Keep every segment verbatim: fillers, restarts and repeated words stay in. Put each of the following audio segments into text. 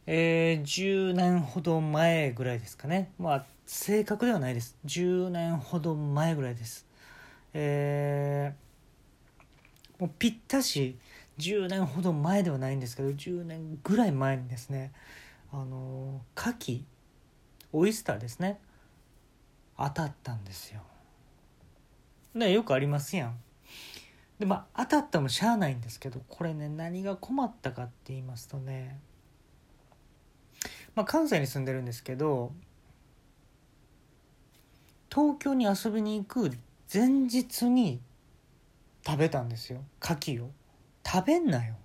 えー、じゅうねんほど前ぐらいですかね。まあ正確ではないです。じゅうねんほど前ぐらいです。えー、もうぴったしじゅうねんほど前ではないんですけど、じゅうねんぐらい前にですね、あの牡蠣オイスターですね、当たったんですよ。ね、よくありますやん。でまあ当たったもしゃあないんですけど、これね、何が困ったかって言いますとね、まあ関西に住んでるんですけど、東京に遊びに行く前日に食べたんですよ、牡蠣を。食べんなよ。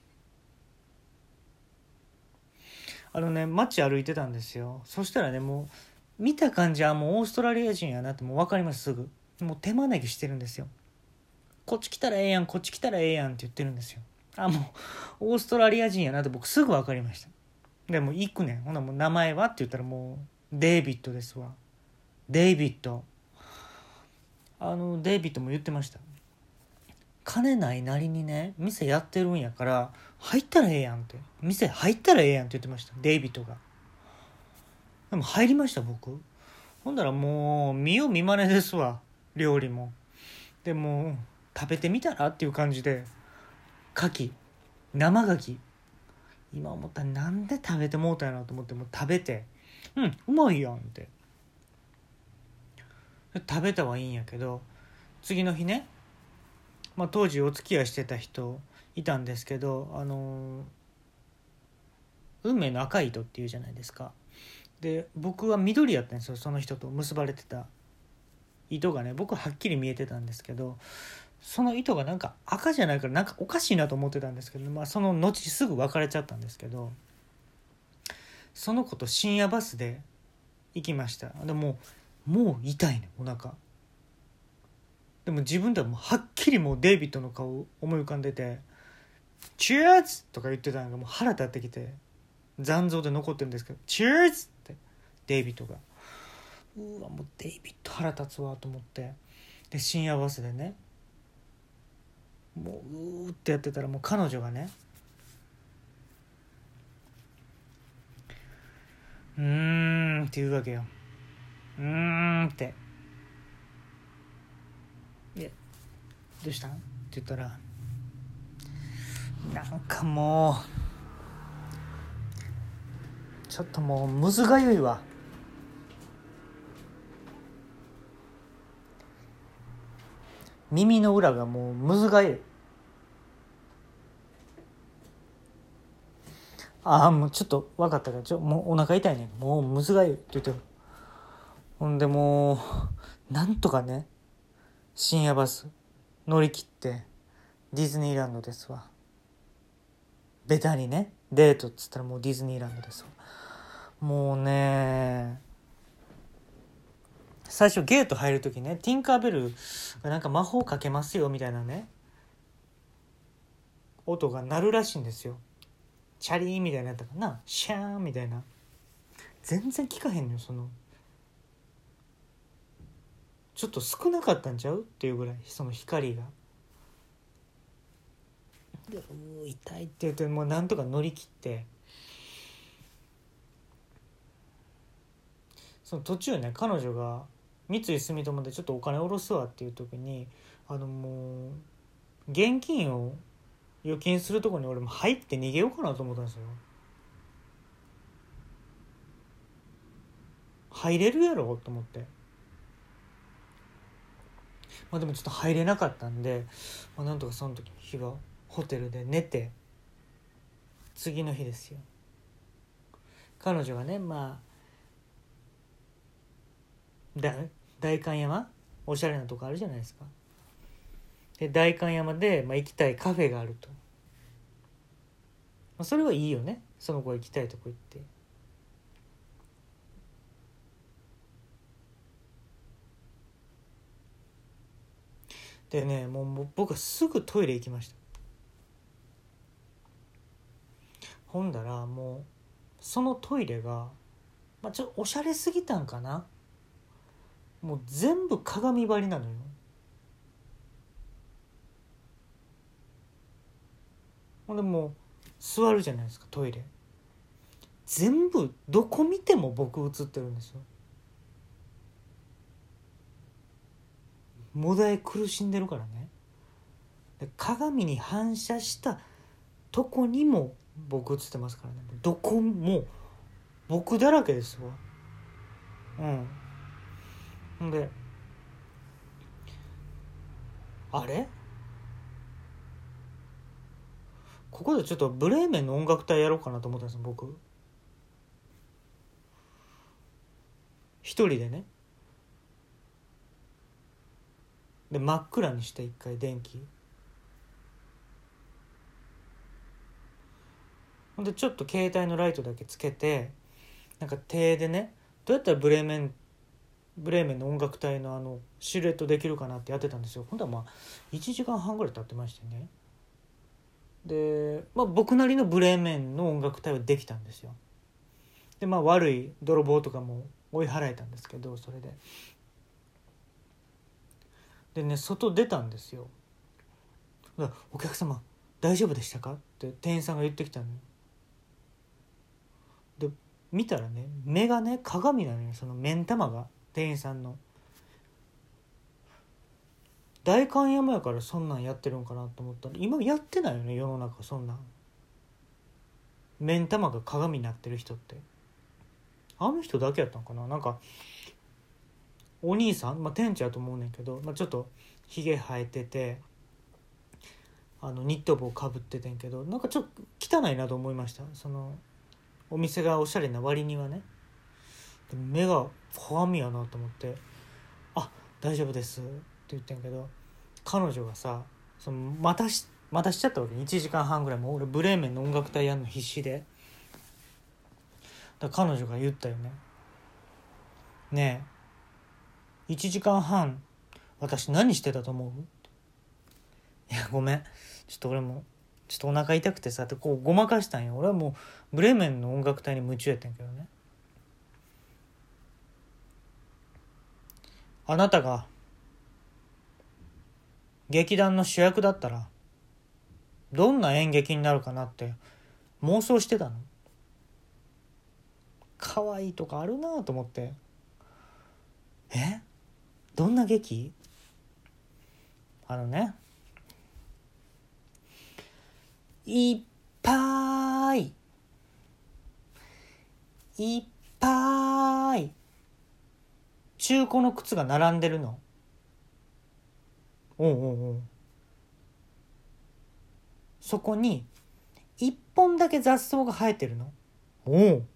あのね、街歩いてたんですよ。そしたらね、もう見た感じはもうオーストラリア人やなってもう分かります、すぐ。もう手招きしてるんですよ。こっち来たらええやん、こっち来たらええやんって言ってるんですよ。あ、もうオーストラリア人やなって僕すぐ分かりました。でも行くねん。ほなもう名前はって言ったらもうデイビッドですわ。デイビッド。あのデイビッドも言ってました。金ないなりにね、店やってるんやから入ったらええやんって、店入ったらええやんって言ってました、デイビッドが。でも入りました、僕。ほんだらもう見よう見まねですわ、料理も。でも食べてみたらっていう感じで、牡蠣、生牡蠣、今思ったらなんで食べてもうたんやなと思って、もう食べて、うんうまいやんって食べたはいいんやけど、次の日ね、まあ、当時お付き合いしてた人いたんですけど、あの運命の赤い糸っていうじゃないですか。で僕は緑やったんですよ、その人と結ばれてた糸がね。僕ははっきり見えてたんですけど、その糸がなんか赤じゃないからなんかおかしいなと思ってたんですけど、まあ、その後すぐ別れちゃったんですけど、その子と深夜バスで行きました。でももう痛いね、お腹。でも自分ではもうはっきりもうデイビッドの顔を思い浮かんでて、チューズとか言ってたのがもう腹立ってきて、残像で残ってるんですけど、チューズってデイビッドが、うわもうデイビッド腹立つわと思って、で深夜バスでね、もううーってやってたら、もう彼女がね、うーんって言うわけよ。うーんって、いやどうしたんって言ったら、なんかもうちょっともうむずがゆいわ、耳の裏がもうむずがゆい。ああもうちょっと分かったから、ちょもうお腹痛いね、もうむずがゆいって言ってる。ほんでもうなんとかね、深夜バス乗り切ってディズニーランドですわ。ベタにね、デートっつったらもうディズニーランドですわ。もうね、最初ゲート入るときね、ティンカーベルがなんか魔法かけますよみたいなね音が鳴るらしいんですよ。チャリーみたいなやったかな、シャーンみたいな。全然聞かへんのよ。そのちょっと少なかったんちゃうっていうぐらい、その光が。でうー痛いって言って、もうなんとか乗り切って、その途中ね、彼女が三井住友でちょっとお金下ろすわっていう時に、あのもう現金を預金するところに俺も入って逃げようかなと思ったんですよ。入れるやろと思って、まあ、でもちょっと入れなかったんで、まあ、なんとかその時日はホテルで寝て、次の日ですよ、彼女がね、まあだ代官山、おしゃれなとこあるじゃないですか。で代官山で、まあ、行きたいカフェがあると、まあ、それはいいよね、その子行きたいとこ行って。でね、もうもう僕はすぐトイレ行きました。ほんだらもうそのトイレが、まあ、ちょっとおしゃれすぎたんかな、もう全部鏡張りなのよ。ほんでもう座るじゃないですか、トイレ全部どこ見ても僕映ってるんですよ。もだえ苦しんでるからね。で鏡に反射したとこにも僕映ってますからね。どこも僕だらけですわ。うん。であれここでちょっとブレーメンの音楽隊やろうかなと思ったんですよ僕。一人でね。で真っ暗にして一回電気ほんでちょっと携帯のライトだけつけて、なんか手でね、どうやったらブレーメンブレーメンの音楽隊のあのシルエットできるかなってやってたんですよ。今度はまあいちじかんはんぐらい経ってましてね。で、まあ、僕なりのブレーメンの音楽隊はできたんですよ。でまあ悪い泥棒とかも追い払えたんですけど、それででね外出たんですよ。お客様大丈夫でしたかって店員さんが言ってきたのよ。で見たらね、目がね鏡なのよ。その目ん玉が店員さんの代官山やからそんなんやってるんかなと思ったら、今やってないよね世の中。そんなん目ん玉が鏡になってる人ってあの人だけやったんかな。なんかお兄さん、まあ、店長やと思うねんけど、まあ、ちょっとひげ生えててあのニット帽かぶっててんけど、なんかちょっと汚いなと思いました。そのお店がおしゃれな割にはね。目が鏡やなと思って、あ大丈夫ですって言ってんけど、彼女がさそのまたしまたしちゃったわけ。いちじかんはんぐらいもう俺ブレーメンの音楽隊やるの必死で。だから彼女が言ったよね。ねえいちじかんはん私何してたと思う？いやごめんちょっと俺もちょっとお腹痛くてさってこうごまかしたんよ。俺はもうブレーメンの音楽隊に夢中やったんやけどね。あなたが劇団の主役だったらどんな演劇になるかなって妄想してたの。可愛いとかあるなと思って。えどんな劇？あのね、いっぱいいっぱい中古の靴が並んでるの。おうおうおう。そこに一本だけ雑草が生えてるの。おう。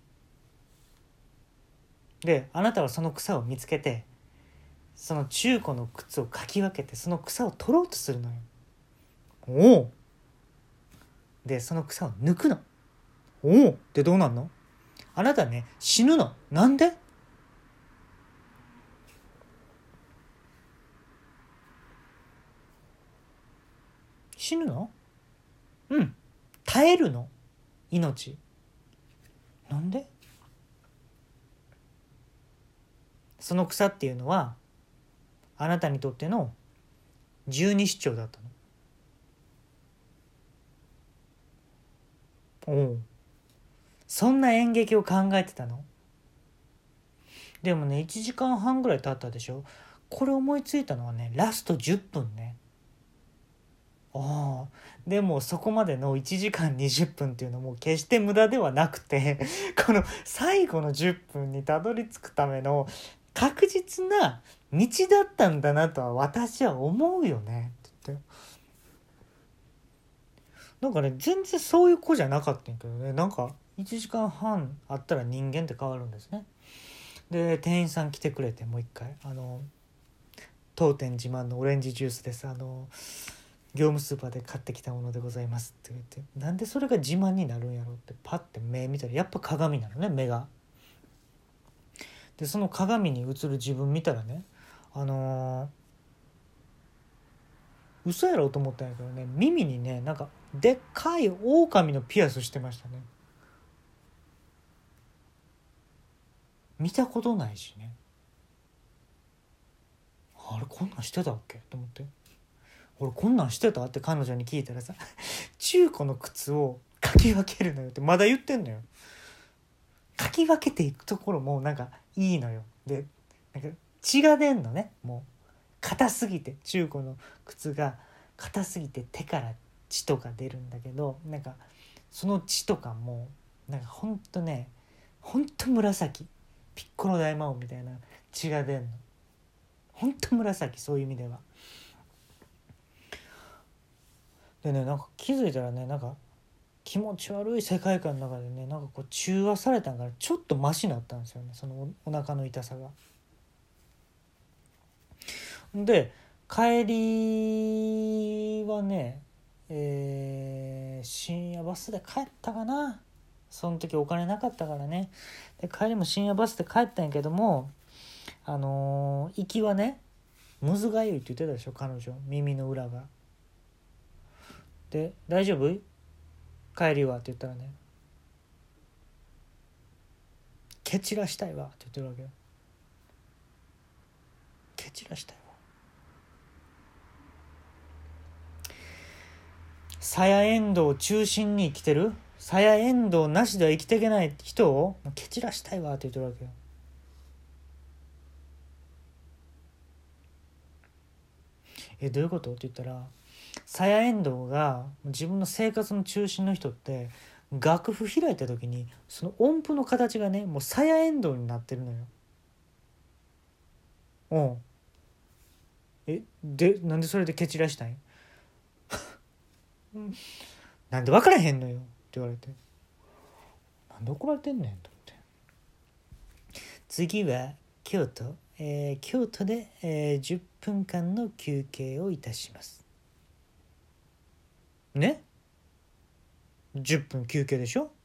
であなたはその草を見つけて、その中古の靴をかき分けてその草を取ろうとするのよ。おう。でその草を抜くの。おう。でどうなんの？あなたね死ぬの。なんで？死ぬの？うん。耐えるの。命。なんで？その草っていうのはあなたにとっての十二指腸だったの。おう。そんな演劇を考えてたの？でもねいちじかんはんぐらい経ったでしょ。これ思いついたのはねラストじゅっぷんね。ああでもそこまでのいちじかんにじゅっぷんっていうのも決して無駄ではなくてこの最後のじゅっぷんにたどり着くための確実な道だったんだなとは私は思うよねって言って。なんかね全然そういう子じゃなかったんやけどね。なんかいちじかんはんあったら人間って変わるんですね。で店員さん来てくれて、もう一回あの当店自慢のオレンジジュースです、あの業務スーパーで買ってきたものでございますって言って、なんでそれが自慢になるんやろってパッて目見たらやっぱ鏡なのね、目が。でその鏡に映る自分見たらね、あのー、嘘やろうと思ったんやけどね、耳にねなんかでっかい狼のピアスしてましたね。見たことないしね。あれこんなんしてたっけと思って、俺こんなんしてたって彼女に聞いたらさ中古の靴をかき分けるのよってまだ言ってんのよ。 かき分けていくところもなんかいいのよ。でなんか血が出んのね。もう硬すぎて、中古の靴が硬すぎて手から血とか出るんだけど、なんかその血とかもなんかほんとね、ほんと紫、ピッコロ大魔王みたいな血が出んの。ほんと紫、そういう意味では。でね、なんか気づいたらね、なんか気持ち悪い世界観の中でね、なんかこう中和されたんからちょっとマシになったんですよね、その お, お腹の痛さが。で帰りはね、えー、深夜バスで帰ったかな。その時お金なかったからね。で帰りも深夜バスで帰ったんやけども、あのー、行きはね、むずがゆいって言ってたでしょ彼女、耳の裏が。で大丈夫帰りはって言ったらね、蹴散らしたいわって言ってるわけよ。蹴散らしたいわ。さやエンドウを中心に生きてる、さやエンドウなしでは生きていけない人を蹴散らしたいわって言ってるわけよ。えどういうことって言ったら、さやエンドウが自分の生活の中心の人って楽譜開いた時にその音符の形がね、もうさやエンドウになってるのよ。うんえでなんでそれで蹴散らしたんなんで分からへんのよって言われて、なんで怒られてんねんと思って。次は京都、えー、京都で、えー、じゅっぷんかんの休憩をいたしますね。じゅっぷん休憩でしょ。